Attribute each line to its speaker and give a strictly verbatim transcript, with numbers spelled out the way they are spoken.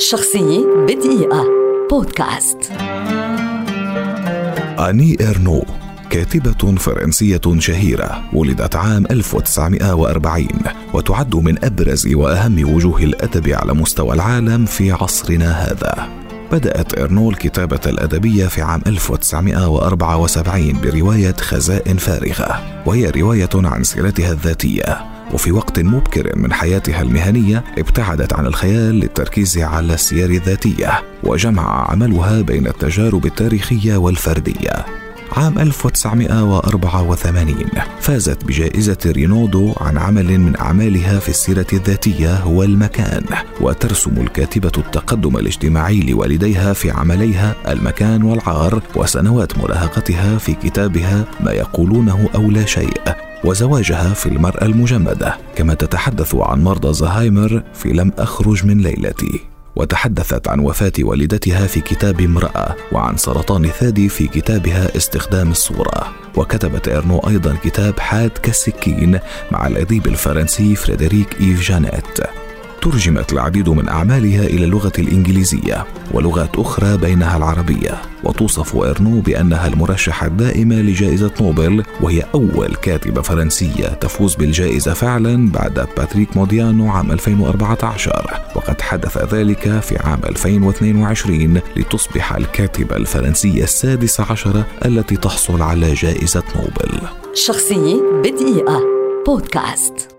Speaker 1: شخصية بدقيقة بودكاست.
Speaker 2: أني إرنو كاتبة فرنسية شهيرة، ولدت عام ألف وتسعمائة وأربعين وتعد من أبرز وأهم وجوه الأدب على مستوى العالم في عصرنا هذا. بدأت إرنو الكتابة الأدبية في عام ألف وتسعمائة وأربعة وسبعين برواية خزائن فارغة، وهي رواية عن سيرتها الذاتية، وفي وقت مبكر من حياتها المهنية ابتعدت عن الخيال للتركيز على السير الذاتية، وجمع عملها بين التجارب التاريخية والفردية. عام ألف وتسعمائة وأربعة وثمانين فازت بجائزة رينودو عن عمل من أعمالها في السيرة الذاتية هو المكان، وترسم الكاتبة التقدم الاجتماعي لوالديها في عمليها المكان والعار، وسنوات مراهقتها في كتابها ما يقولونه أو لا شيء، وزواجها في المرأة المجمدة، كما تتحدث عن مرض زهايمر في لم أخرج من ليلتي، وتحدثت عن وفاة والدتها في كتاب امرأة، وعن سرطان الثدي في كتابها استخدام الصورة. وكتبت إرنو أيضا كتاب حاد كالسكين مع الأديب الفرنسي فريدريك إيف جانيت. ترجمت العديد من أعمالها إلى اللغة الإنجليزية ولغات أخرى بينها العربية، وتوصف إرنو بأنها المرشحة الدائمة لجائزة نوبل، وهي أول كاتبة فرنسية تفوز بالجائزة فعلا بعد باتريك موديانو عام ألفين وأربعة عشر، وقد حدث ذلك في عام ألفين واثنين وعشرين لتصبح الكاتبة الفرنسية السادسة عشرة التي تحصل على جائزة نوبل.
Speaker 1: شخصية بدقيقة بودكاست.